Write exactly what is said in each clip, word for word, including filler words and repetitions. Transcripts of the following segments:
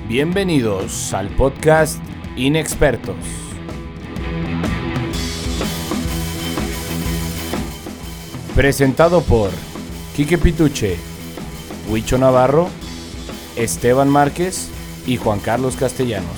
Bienvenidos al podcast Inexpertos. Presentado por Quique Pituche, Huicho Navarro, Esteban Márquez y Juan Carlos Castellanos.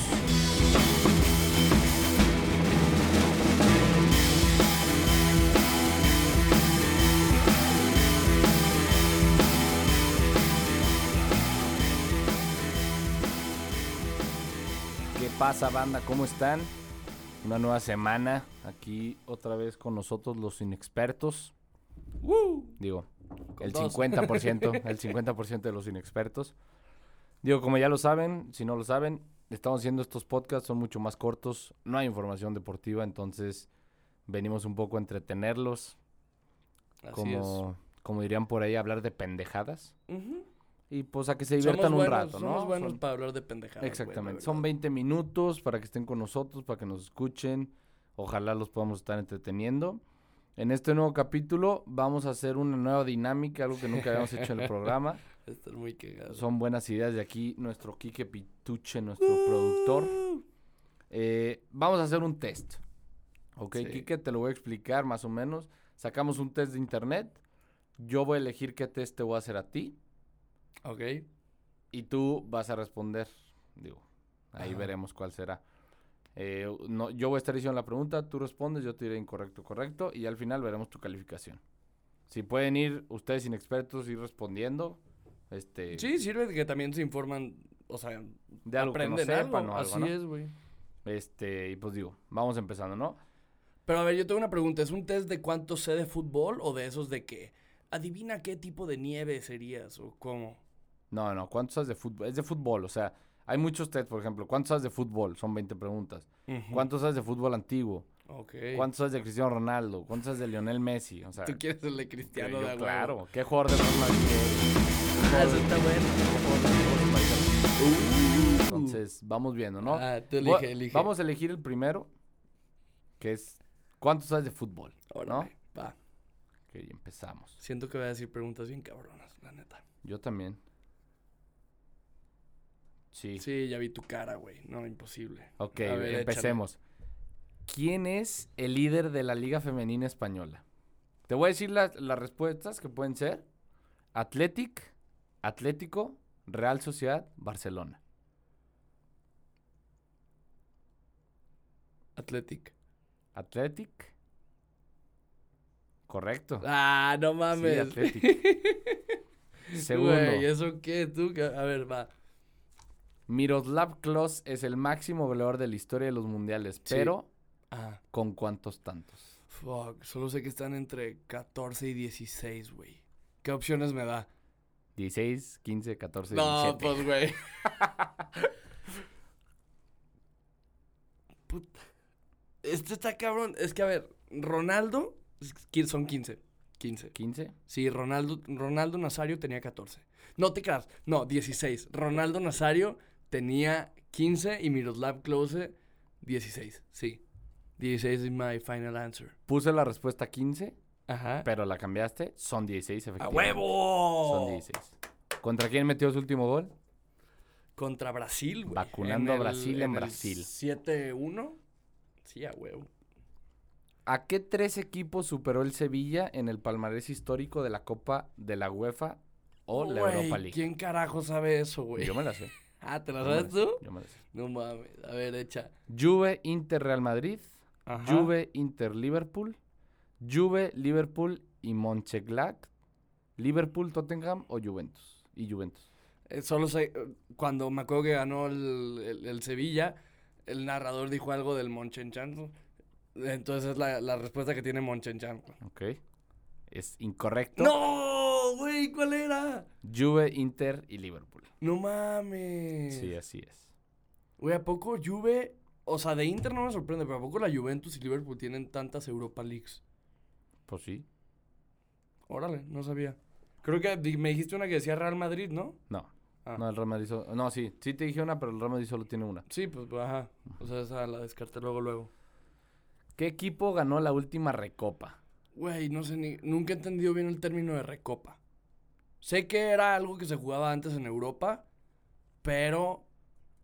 ¿Qué pasa, banda? ¿Cómo están? Una nueva semana aquí otra vez con nosotros los inexpertos. ¡Woo! Digo, Con el dos. cincuenta por ciento, el cincuenta por ciento de los inexpertos. Digo, como ya lo saben, si no lo saben, estamos haciendo estos podcasts, son mucho más cortos, no hay información deportiva, entonces venimos un poco a entretenerlos, Así como, como dirían por ahí, hablar de pendejadas. es. Ujú. Y pues a que se diviertan Somos un buenos, rato, somos ¿no? buenos Son- para hablar de pendejadas. Exactamente, güey, son la verdad. veinte minutos para que estén con nosotros, para que nos escuchen, ojalá los podamos estar entreteniendo. En este nuevo capítulo vamos a hacer una nueva dinámica, algo que nunca habíamos hecho en el programa. Estás muy cagado. Son buenas ideas de aquí nuestro Quique Pituche, nuestro productor. Eh, vamos a hacer un test. Ok, Sí. Quique, te lo voy a explicar más o menos. Sacamos un test de internet. Yo voy a elegir qué test te voy a hacer a ti. Ok. Y tú vas a responder. Digo, ahí Ajá. veremos cuál será. Eh, no, yo voy a estar diciendo la pregunta, tú respondes, yo te diré incorrecto, correcto. Y al final veremos tu calificación. Si pueden ir ustedes inexpertos, ir respondiendo. Este, Sí, sirve de que también se informan, o sea, de algo que no aprenden algo. sepan o algo, Así ¿no? es, güey. Este, y pues digo, vamos empezando, ¿no? Pero a ver, yo tengo una pregunta. ¿Es un test de cuánto sé de fútbol o de esos de que adivina qué tipo de nieve serías o cómo? No, no, ¿cuánto sabes de fútbol? Es de fútbol, o sea, hay muchos test, por ejemplo, ¿cuánto sabes de fútbol? Son veinte preguntas. Ujú. ¿Cuánto sabes de fútbol antiguo? Ok. ¿Cuánto sabes de Cristiano Ronaldo? ¿Cuánto sabes de Lionel Messi? O sea, ¿Tú quieres el de Cristiano yo, de a huevo? claro, ¿qué jugador de Real Madrid eres? Ah, eso está bueno. ¿Qué jugador de fútbol país? Entonces, vamos viendo, ¿no? Ah, tú Voy- elige, elige. Vamos a elegir el primero, que es ¿cuánto sabes de fútbol? Órale, va. Ok, empezamos. Siento que voy a decir preguntas bien cabronas, la neta. Yo también. Sí. Sí, ya vi tu cara, güey. No, imposible. Ok, A ver, empecemos. ¿Quién es el líder de la Liga Femenina Española? Te voy a decir las, las respuestas que pueden ser Athletic, Atlético, Real Sociedad, Barcelona. Athletic. Athletic. Correcto. Ah, no Sí, mames. Athletic. Segundo, Güey, ¿eso qué? Tú, qué? A ver, va. Miroslav Klose es el máximo goleador de la historia de los mundiales, Sí. pero Ah, ¿con cuántos tantos? fuck. Solo sé que están entre catorce y dieciséis, güey. ¿Qué opciones me da? dieciséis, quince, catorce, No, diecisiete. pues, güey. Puta. Este está cabrón. Es que, a ver, Ronaldo es que son quince. quince. ¿quince? Sí, Ronaldo, Ronaldo Nazario tenía catorce. No te creas, no, dieciséis. Ronaldo Nazario tenía quince y Miroslav Klose dieciséis. Sí. dieciséis is my final answer. Puse la respuesta quince, Ajá. pero la cambiaste. Son dieciséis, ¡A efectivamente. huevo! Son dieciséis. ¿Contra quién metió su último gol? Contra Brasil, güey. Vacunando a Brasil en el Brasil. siete uno. Sí, a huevo. ¿A qué tres equipos superó el Sevilla en el palmarés histórico de la Copa de la UEFA o la Güey, Europa League? ¿quién carajo sabe eso, güey? Yo me la sé. Ah, ¿te la Yo me la sabes sé, tú? yo me la sé. No mames. A ver, echa. Juve, Inter, Real Madrid. Ajá. Juve, Inter, Liverpool. Juve, Liverpool y Mönchengladbach. Liverpool, Tottenham o Juventus. Y Juventus. Eh, solo sé, eh, cuando me acuerdo que ganó el, el- el Sevilla, el narrador dijo algo del Monchenchan. Entonces es la, la respuesta que tiene Monchenchan. Ok. Es incorrecto. ¡No! Güey, ¿cuál era? Juve, Inter y Liverpool. No mames. Sí, así es. Güey, ¿a poco Juve? O sea, de Inter no me sorprende, pero ¿a poco la Juventus y Liverpool tienen tantas Europa Leagues? Pues sí. Órale, no sabía. Creo que di- me dijiste una que decía Real Madrid, ¿no? No. Ah. No, el Real Madrid solo... No, sí. Sí te dije una, pero el Real Madrid solo tiene una. Sí, pues, ajá. O sea, esa la descarté luego, luego. ¿Qué equipo ganó la última recopa? Güey, no sé ni... Nunca he entendido bien el término de recopa. Sé que era algo que se jugaba antes en Europa, pero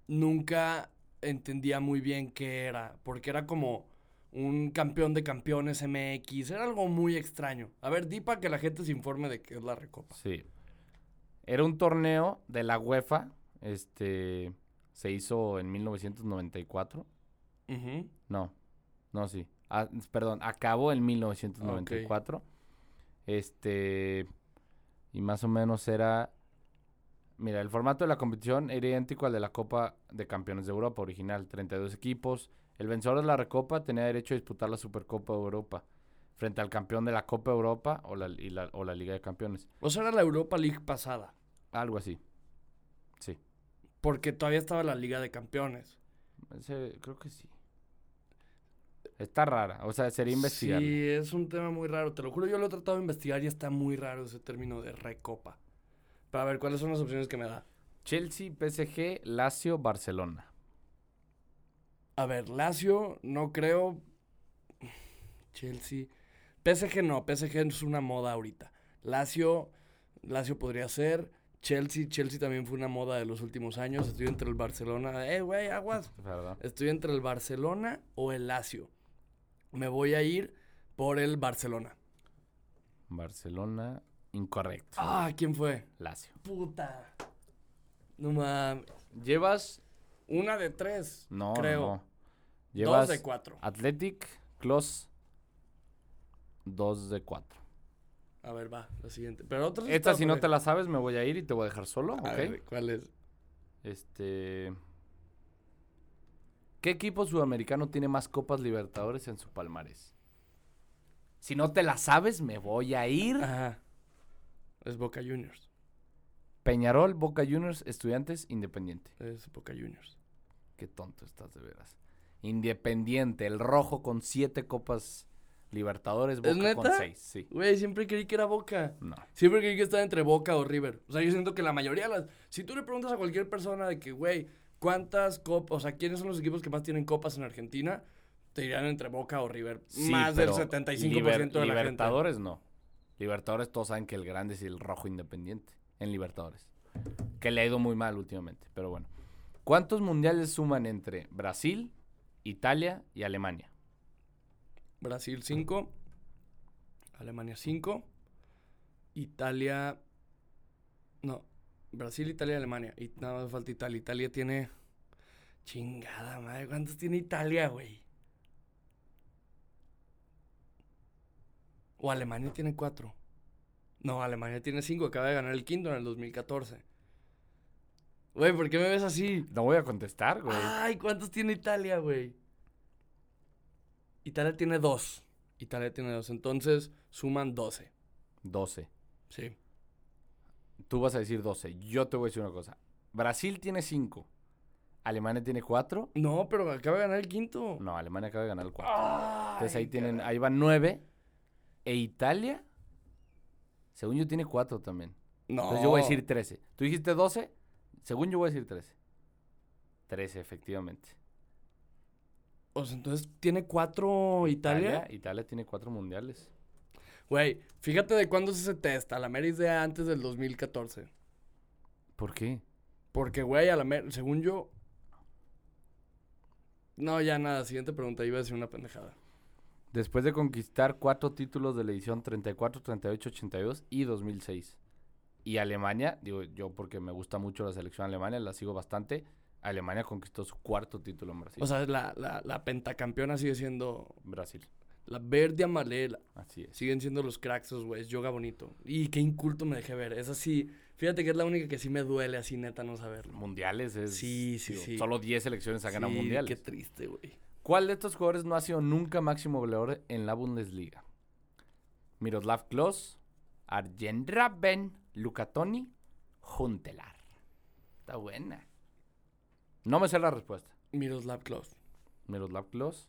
nunca entendía muy bien qué era, porque era como un campeón de campeones M X, era algo muy extraño. A ver, di para que la gente se informe de qué es la Recopa. Sí. Era un torneo de la UEFA, este, se hizo en mil novecientos noventa y cuatro. Uh-huh. No, no, sí. Ah, perdón, acabó en mil novecientos noventa y cuatro. Ok. Este, y más o menos era... Mira, el formato de la competición era idéntico al de la Copa de Campeones de Europa original, treinta y dos equipos. El vencedor de la Recopa tenía derecho a disputar la Supercopa de Europa frente al campeón de la Copa Europa o la, y la, o la Liga de Campeones. O sea, era la Europa League pasada, Algo así, sí. porque todavía estaba la Liga de Campeones. Ese, creo que sí. Está rara, o sea, sería investigarlo. Sí, es un tema muy raro, te lo juro, yo lo he tratado de investigar y está muy raro ese término de Recopa. Para ver, ¿cuáles son las opciones que me da? Chelsea, P S G, Lazio, Barcelona. A ver, Lazio, no creo. Chelsea. P S G no, P S G es una moda ahorita. Lazio, Lazio podría ser. Chelsea, Chelsea también fue una moda de los últimos años. Estoy entre el Barcelona. Eh, güey, aguas. ¿Verdad? Estoy entre el Barcelona o el Lazio. Me voy a ir por el Barcelona. Barcelona, incorrecto. Ah, ¿quién fue? Lazio. Puta. No mames. Llevas... Una de tres. No, creo. no, no. Llevas Dos de cuatro. Athletic, Close, dos de cuatro. A ver, va, la siguiente. Pero otras Esta, está si no por te la sabes, me voy a ir y te voy a dejar solo, ahí. ¿ok? A ver, ¿cuál es? Este... ¿Qué equipo sudamericano tiene más Copas Libertadores en su palmarés? Si no te la sabes, me voy a ir. Ajá. Es Boca Juniors. Peñarol, Boca Juniors, Estudiantes, Independiente. Es Boca Juniors. Qué tonto estás de veras. Independiente, el rojo con siete Copas Libertadores, Boca ¿Es con neta? seis, sí. Güey, siempre creí que era Boca. No. Siempre creí que estaba entre Boca o River. O sea, yo siento que la mayoría de las... Si tú le preguntas a cualquier persona de que, güey, ¿cuántas copas? O sea, ¿quiénes son los equipos que más tienen copas en Argentina? Te dirían entre Boca o River. Sí, más del pero setenta y cinco por ciento Liber- de la Libertadores no. Libertadores todos saben que el grande es el rojo Independiente en Libertadores. Que le ha ido muy mal últimamente, pero bueno. ¿Cuántos mundiales suman entre Brasil, Italia y Alemania? gente. Brasil cinco. Alemania cinco. Italia... No. Brasil, Italia y Alemania. Y nada más falta Italia. Italia tiene... Chingada madre. ¿Cuántos tiene Italia, güey? O Alemania tiene cuatro. No, Alemania tiene cinco. Acaba de ganar el quinto en el dos mil catorce. Güey, ¿por qué me ves así? No voy a contestar, güey. Ay, ¿cuántos tiene Italia, güey? Italia tiene dos. Italia tiene dos. Entonces, suman doce. doce. Sí. Tú vas a decir doce. Yo te voy a decir una cosa. Brasil tiene cinco. Alemania tiene cuatro. No, pero acaba de ganar el quinto. No, Alemania acaba de ganar el cuatro. Ay, Entonces ahí tienen, caray. ahí van nueve. E Italia, según yo, tiene cuatro también. No. Entonces yo voy a decir trece. ¿Tú dijiste doce? Según yo voy a decir trece. trece, efectivamente. O sea, entonces tiene cuatro Italia. Italia, Italia tiene cuatro mundiales. Güey, fíjate de cuándo es ese test. A la mera idea antes del dos mil catorce. ¿Por qué? Porque, güey, a la mera, según yo... No, ya nada. Siguiente pregunta. Iba a decir una pendejada. Después de conquistar cuatro títulos de la edición treinta y cuatro, treinta y ocho, ochenta y dos y dos mil seis. Y Alemania, digo yo porque me gusta mucho la selección alemana, la sigo bastante. Alemania conquistó su cuarto título en Brasil. O sea, la, la, la pentacampeona sigue siendo Brasil, la verde amarela. así es. Siguen siendo los cracks, esos güeyes. Yoga bonito. Y qué inculto me dejé ver. Esa sí. Fíjate que es la única que sí me duele así, neta, no saberlo. Mundiales es... Sí, sí, digo, sí. Solo diez selecciones han ganado Sí, mundiales. qué triste, güey. ¿Cuál de estos jugadores no ha sido nunca máximo goleador en la Bundesliga? Miroslav Klose, Arjen Robben, Luca Toni, Huntelaar. Está buena. No me sé la respuesta. Miroslav Klose. Miroslav Klose,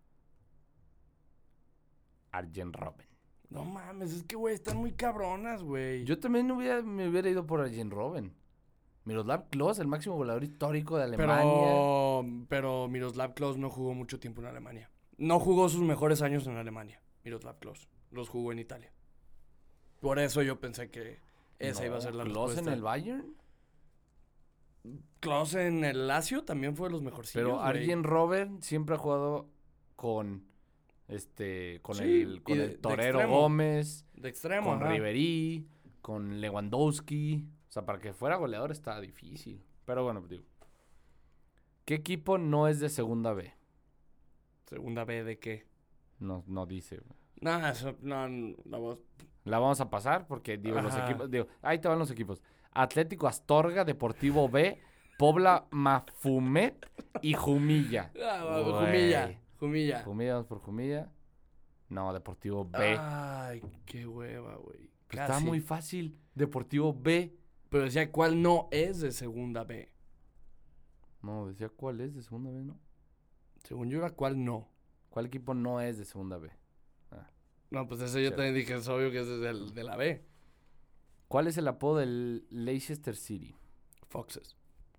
Arjen Robben. No mames, es que, güey, están muy cabronas, güey. Yo también hubiera, me hubiera ido por Arjen Robben. Miroslav Klose, el máximo goleador histórico de Alemania. Pero, pero Miroslav Klose no jugó mucho tiempo en Alemania. No jugó sus mejores años en Alemania, Miroslav Klose. Los jugó en Italia. Por eso yo pensé que esa No, iba a ser la Klose respuesta. en el Bayern. Klose en el Lazio también fue de los mejorcillos, Pero güey. Arjen Robben siempre ha jugado con este con Sí, el con y de- el de Torero extremo. Gómez, De extremo, con ajá. Ribery, con Lewandowski. O sea, para que fuera goleador está difícil. Pero bueno, digo. ¿Qué equipo no es de segunda B? ¿Segunda B de qué? No, no dice. güey. No, eso, no, no, la voz. La vamos a pasar porque, digo, los Ajá. equipos... Digo, ahí te van los equipos. Atlético Astorga, Deportivo B, Pobla Mafumet y Jumilla. Ah, va, Güey. Jumilla, Jumilla. Jumilla, vamos por Jumilla. No, Deportivo B. Ay, qué hueva, güey. Pues está Casi. muy fácil. Deportivo B. Pero decía, ¿cuál no es de segunda B? No, decía cuál es de segunda B, ¿no? Según yo era, ¿cuál no? ¿Cuál equipo no es de segunda B? No, pues ese yo Cierto. también dije, es obvio que es de, de la B. ¿Cuál es el apodo del Leicester City? Foxes.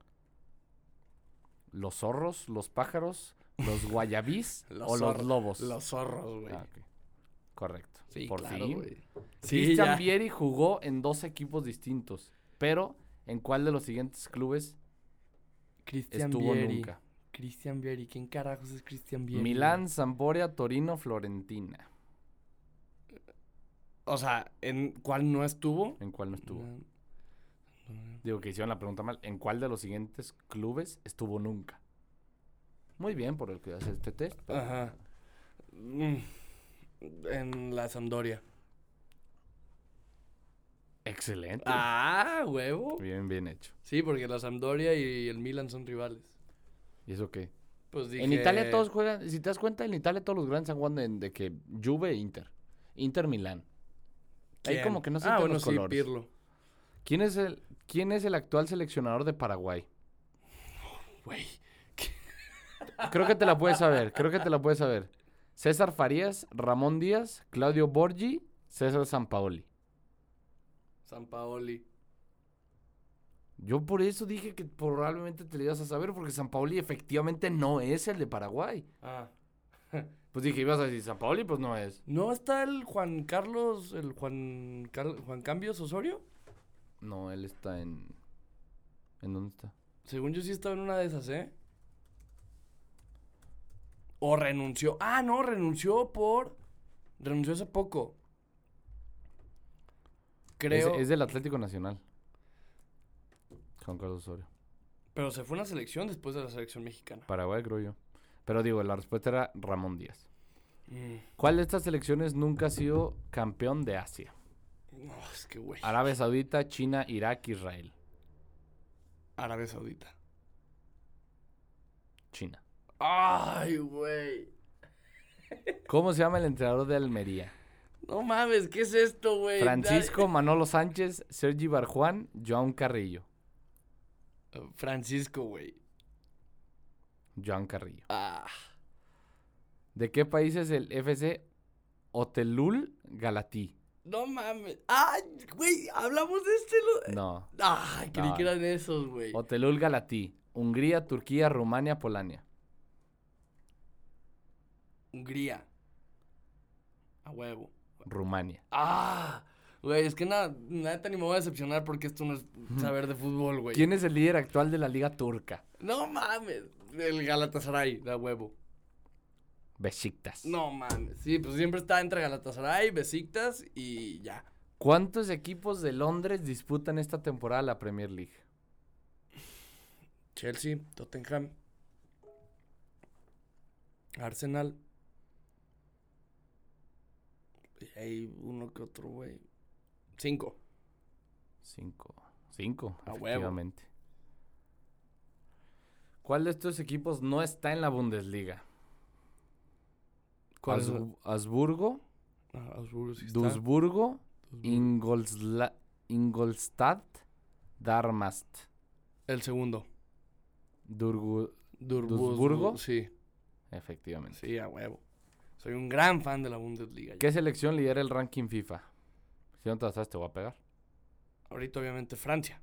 ¿Los zorros, los pájaros, los guayabís Los o los zorros, lobos? Los zorros, güey. Ah, ok. Correcto. Sí, Por claro, fin. güey. Sí, Christian ya. Vieri jugó en dos equipos distintos, pero ¿en cuál de los siguientes clubes Cristian estuvo Vieri. nunca? Cristian Vieri. ¿Quién carajos es Cristian Vieri? Milán, Sampdoria, Torino, Florentina. O sea, ¿en cuál no estuvo? ¿En cuál no estuvo? No, no. Digo que hicieron la pregunta mal. ¿En cuál de los siguientes clubes estuvo nunca? Muy bien por el que hace este test. pero- Ajá. Mm, En la Sampdoria. Excelente. Ah, huevo. Bien, bien hecho. Sí, porque la Sampdoria y el Milan son rivales. ¿Y eso qué? Pues dije... En Italia todos juegan, si te das cuenta, en Italia todos los grandes están jugando en- de que Juve e Inter. Inter Milán. Ahí ¿Quién? como que no se Ah, entienden bueno, los sí, colores. Pirlo. ¿Quién es el quién es el actual seleccionador de Paraguay? Güey. Creo que te la puedes saber, creo que te la puedes saber. César Farías, Ramón Díaz, Claudio Borgi, César Sampaoli. Sampaoli. Yo por eso dije que probablemente te lo ibas a saber, porque Sampaoli efectivamente no es el de Paraguay. Ah. Pues dije, ibas a decir Sampaoli, pues no es. ¿No está el Juan Carlos, el Juan Car- Juan Cambios Osorio? No, él está en... ¿En dónde está? Según yo sí estaba en una de esas, ¿eh? O renunció. Ah, no, renunció por... Renunció hace poco. Creo... Es, es del Atlético Nacional. Juan Carlos Osorio. Pero se fue a una selección después de la selección mexicana. Paraguay, creo yo. Pero digo, la respuesta era Ramón Díaz. Mm. ¿Cuál de estas selecciones nunca ha sido campeón de Asia? No, es que, güey. Arabia Saudita, China, Irak, Israel. Arabia Saudita. China. Ay, güey. ¿Cómo se llama el entrenador de Almería? No mames, ¿qué es esto, güey? Francisco Manolo Sánchez, Sergi Barjuan, Joan Carrillo. Dale. Francisco, güey. Joan Carrillo. Ah. ¿De qué país es el F C Otelul Galatí? No mames. Ay, güey, hablamos de este. Lo... No. Ay, creí No. que eran esos, güey. Otelul Galatí. Hungría, Turquía, Rumania, Polonia. Hungría. A huevo. Rumania. Ah, güey, es que nada, neta ni me voy a decepcionar porque esto no es saber de fútbol, güey. ¿Quién es el líder actual de la Liga Turca? No mames. El Galatasaray, da huevo. Besiktas. No mames. Sí, pues siempre está entre Galatasaray, Besiktas y ya. ¿Cuántos equipos de Londres disputan esta temporada la Premier League? Chelsea, Tottenham, Arsenal. Y hay uno que otro, güey. Cinco. Cinco. Cinco, A huevo. efectivamente. ¿Cuál de estos equipos no está en la Bundesliga? ¿Cuál es? Asbu- Asburgo, Ah, Augsburgo sí está. Duisburgo, Duisburgo. Ingolsla- Ingolstadt, Darmstadt. El segundo. Durgu- Durbus- ¿Duisburgo? Sí, Efectivamente. sí, a huevo. Soy un gran fan de la Bundesliga. yo. ¿Qué selección lidera el ranking FIFA? Si no te la sabes, te voy a pegar. Ahorita, obviamente, Francia.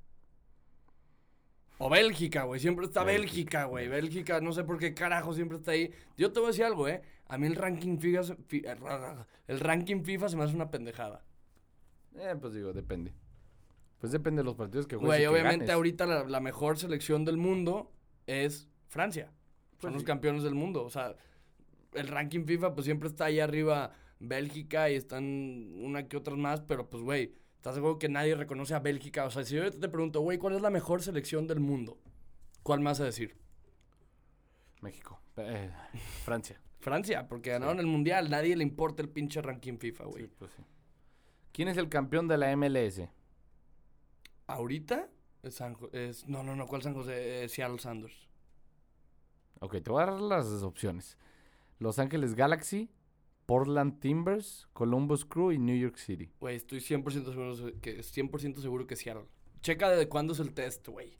O Bélgica, güey. Siempre está Bélgica, Bélgica, güey. Bélgica, no sé por qué carajo siempre está ahí. Yo te voy a decir algo, ¿eh? A mí el ranking FIFA, se- fi- el ranking FIFA se me hace una pendejada. Eh, pues digo, depende. Pues depende de los partidos que juegues. Güey, y que obviamente ganes. ahorita la, la mejor selección del mundo es Francia. Son Pues los sí. campeones del mundo. O sea, el ranking FIFA pues siempre está ahí arriba Bélgica y están una que otras más, pero pues güey, ¿estás seguro que nadie reconoce a Bélgica? O sea, si yo te pregunto, güey, ¿cuál es la mejor selección del mundo? ¿Cuál más a decir? México. Eh, Francia. Francia, porque ganaron el Mundial. Nadie le importa el pinche ranking FIFA, güey. Sí, pues sí. ¿Quién es el campeón de la M L S? ¿Ahorita? Es San Jo- es, no, no, no, ¿cuál San José? Eh, Seattle Sanders. Ok, te voy a dar las opciones. Los Ángeles Galaxy, Portland Timbers, Columbus Crew y New York City. Güey, estoy cien por ciento seguro que, cien por ciento seguro que Seattle. Checa de cuándo es el test, güey.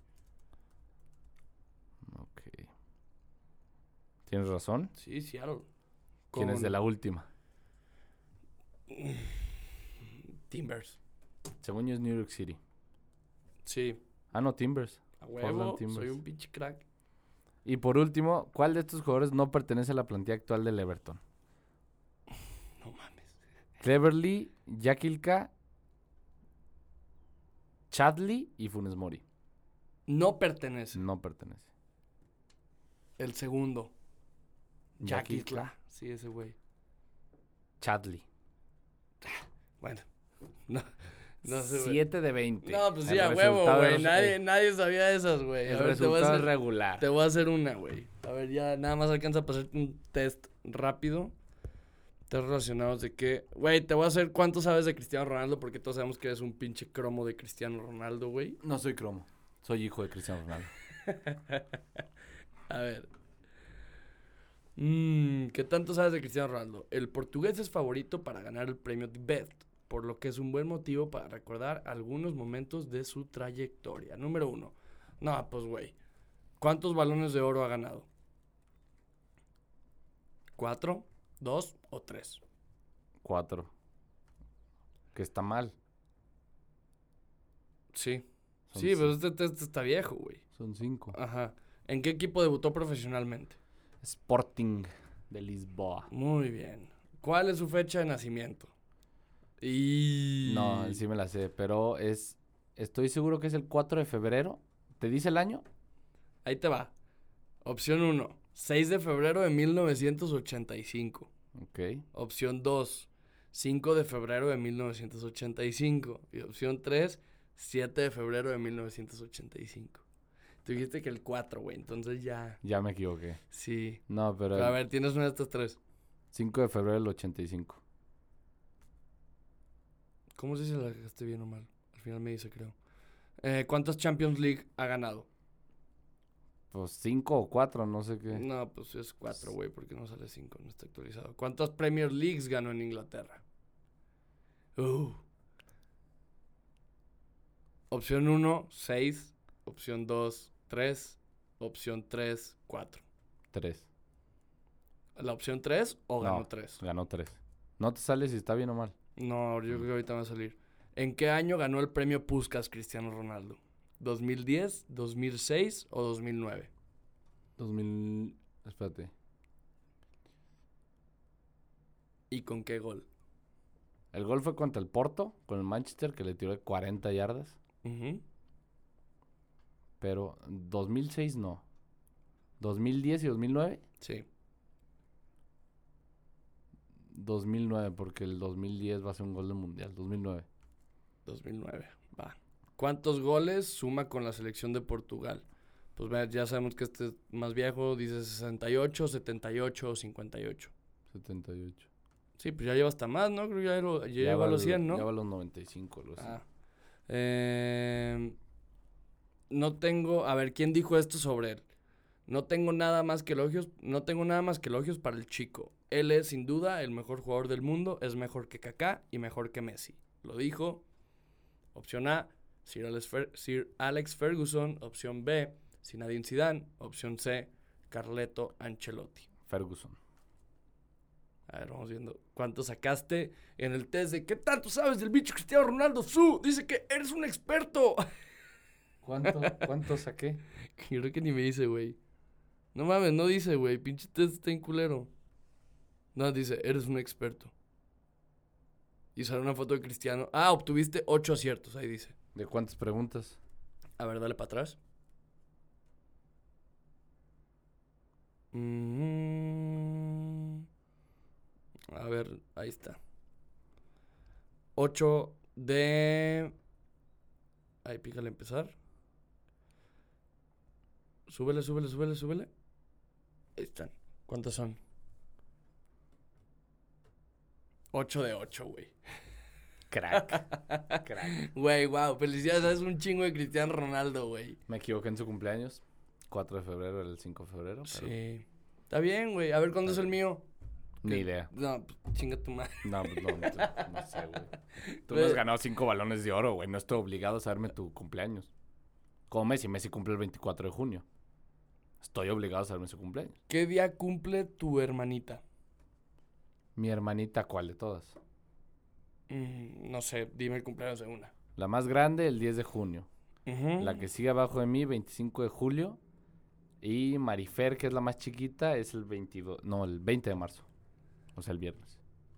Ok. ¿Tienes razón? Sí, Seattle. ¿Quién es Con de la última? Timbers. Según yo es New York City. Sí. Ah, no, Timbers. A Portland huevo, Timbers. soy un pinche crack. Y por último, ¿cuál de estos jugadores no pertenece a la plantilla actual del Everton? No mames. Cleverly, Yakilka, Chadley y Funes Mori. No pertenece. No pertenece. El segundo. Yakilka. Yakilka. Sí, ese güey. Chadley. Bueno. No, no sé, güey. siete de veinte. No, pues sí, El a huevo, resultado güey. es- Nadie, eh, nadie sabía esas, güey. El A ver, te voy a resultado es hacer- regular. Te voy a hacer una, güey. A ver, ya nada más alcanza para hacer un test rápido. Test relacionados de que... Güey, te voy a hacer cuánto sabes de Cristiano Ronaldo porque todos sabemos que eres un pinche cromo de Cristiano Ronaldo, güey. No soy cromo. Soy hijo de Cristiano Ronaldo. A ver. Mm, ¿qué tanto sabes de Cristiano Ronaldo? El portugués es favorito para ganar el premio The Best, por lo que es un buen motivo para recordar algunos momentos de su trayectoria. Número uno. No, pues, güey. ¿Cuántos balones de oro ha ganado? ¿Cuatro? ¿Dos o tres? Cuatro. Que está mal. Sí. Son Sí, ci- pero este test está viejo, güey. Son cinco. Ajá. ¿En qué equipo debutó profesionalmente? Sporting de Lisboa. Muy bien. ¿Cuál es su fecha de nacimiento? Y... No, sí me la sé, pero es... Estoy seguro que es el cuatro de febrero. ¿Te dice el año? Ahí te va. Opción uno, seis de febrero de mil novecientos ochenta y cinco. Ok. Opción dos, cinco de febrero de mil novecientos ochenta y cinco. Y opción tres, siete de febrero de mil novecientos ochenta y cinco. Tú dijiste que el cuatro, güey, entonces ya... Ya me equivoqué. Sí. No, pero... Pero a el ver, tienes una de estas tres. cinco de febrero del ochenta y cinco. ¿Cómo sé si la dejaste bien o mal? Al final me dice, creo. Eh, ¿Cuántas Champions League ha ganado? Pues cinco o cuatro, no sé qué. No, pues es cuatro, güey, porque no sale cinco, no está actualizado. ¿Cuántas Premier Leagues ganó en Inglaterra? Uh. Opción uno, seis. Opción dos, tres. Opción tres, cuatro. Tres. ¿La opción tres o ganó No. tres? Ganó tres. No te sale si está bien o mal. No, yo creo que ahorita va a salir. ¿En qué año ganó el premio Puskás Cristiano Ronaldo? ¿dos mil diez, dos mil seis o dos mil nueve? dos mil... Espérate. ¿Y con qué gol? El gol fue contra el Porto, con el Manchester, que le tiró de cuarenta yardas. Ujú. Pero dos mil seis no. ¿dos mil diez y dos mil nueve? Sí. dos mil nueve, porque el dos mil diez va a ser un gol del Mundial. dos mil nueve. dos mil nueve, va. ¿Cuántos goles suma con la selección de Portugal? Pues ve, ya sabemos que este es más viejo, dice sesenta y ocho, setenta y ocho o cincuenta y ocho. setenta y ocho. Sí, pues ya lleva hasta más, ¿no? Creo que ya, lo- ya llegó va a los al- cien, ¿no? Ya va a los noventa y cinco, algo así. Ah. Eh, no tengo, a ver, ¿quién dijo esto sobre él? No tengo nada más que elogios, no tengo nada más que elogios para el chico. Él es sin duda el mejor jugador del mundo, es mejor que Kaká y mejor que Messi. Lo dijo. Opción A, Sir Alex, Fer- Sir Alex Ferguson. Opción B, Zinedine Zidane. Opción C, Carleto Ancelotti. Ferguson. A ver, vamos viendo cuánto sacaste en el test de ¿qué tanto sabes del bicho Cristiano Ronaldo? Su, dice que eres un experto. ¿Cuánto, cuánto saqué? Yo creo que ni me dice, güey. No mames, no dice, güey. Pinche test está en culero. No, dice, eres un experto. Y sale una foto de Cristiano. Ah, obtuviste ocho aciertos, ahí dice. ¿De cuántas preguntas? A ver, dale para atrás. Mm, a ver, ahí está. Ocho de... Ahí, pícale empezar. Súbele, súbele, súbele, súbele. Ahí están. ¿Cuántas son? Ocho de ocho, güey. Crack. Crack. Güey, wow. Felicidades, es un chingo de Cristiano Ronaldo, güey. Me equivoqué en su cumpleaños. cuatro de febrero, el cinco de febrero. Pero... Sí. Está bien, güey. A ver, ¿cuándo es el mío? Ni idea. No, pues, chinga tu madre. No, pues no, no, no sé, güey. Tú no has ganado cinco balones de oro, güey. No estoy obligado a saberme tu cumpleaños. Como Messi. Messi cumple el veinticuatro de junio. Estoy obligado a saberme su cumpleaños. ¿Qué día cumple tu hermanita? Mi hermanita, ¿cuál de todas? Mm, no sé, dime el cumpleaños de una. La más grande, el diez de junio. Uh-huh. La que sigue abajo de mí, veinticinco de julio. Y Marifer, que es la más chiquita, es el veintidós. No, el veinte de marzo. O sea, el viernes.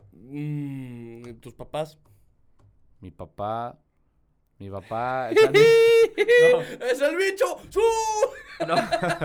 Mm, ¿tus papás? Mi papá... Mi papá... está en- ¡No! ¡Es el bicho! ¡Su! No.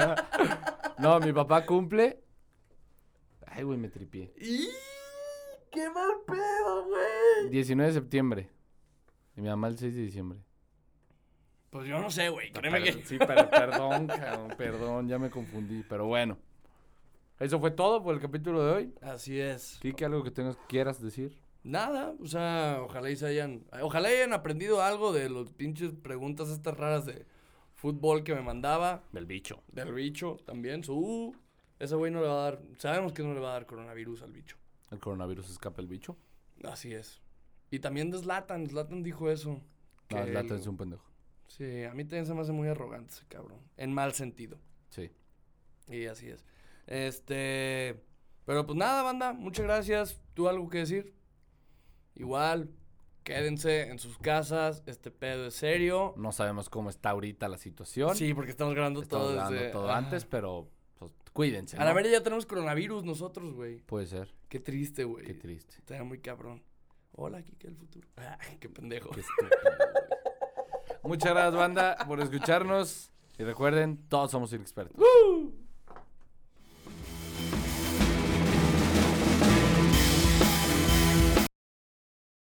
No, mi papá cumple... Ay, güey, me tripié. ¡Y! ¡Qué mal pedo, güey! diecinueve de septiembre. Y mi mamá el seis de diciembre. Pues yo no sé, güey. Créeme Pero- que... Sí, pero perdón, cabrón, perdón, ya me confundí. Pero bueno. Eso fue todo por el capítulo de hoy. Así es. Kike, ¿algo que tengas, quieras decir? Nada, o sea, ojalá y se hayan... Ojalá hayan aprendido algo de los pinches preguntas estas raras de fútbol que me mandaba. Del bicho. Del bicho también. Su... Ese güey no le va a dar... Sabemos que no le va a dar coronavirus al bicho. ¿El coronavirus escapa el bicho? Así es. Y también de Zlatan. Zlatan dijo eso. No, que el Zlatan él- es un pendejo. Sí, a mí también se me hace muy arrogante ese cabrón. En mal sentido. Sí. Y así es. Este... Pero pues nada, banda. Muchas gracias. ¿Tú algo que decir? Igual, quédense en sus casas. Este pedo es serio. No sabemos cómo está ahorita la situación. Sí, porque estamos grabando Estamos todo grabando desde... todo Ah. antes, pero pues, cuídense, A la ¿no? verga ya tenemos coronavirus nosotros, güey. Puede ser. Qué triste, güey. Qué triste. Está muy cabrón. Hola, aquí que el futuro. Ah, qué pendejo. Qué estúpido, güey. Muchas gracias, banda, por escucharnos. Y recuerden, todos somos inexpertos. ¡Uh!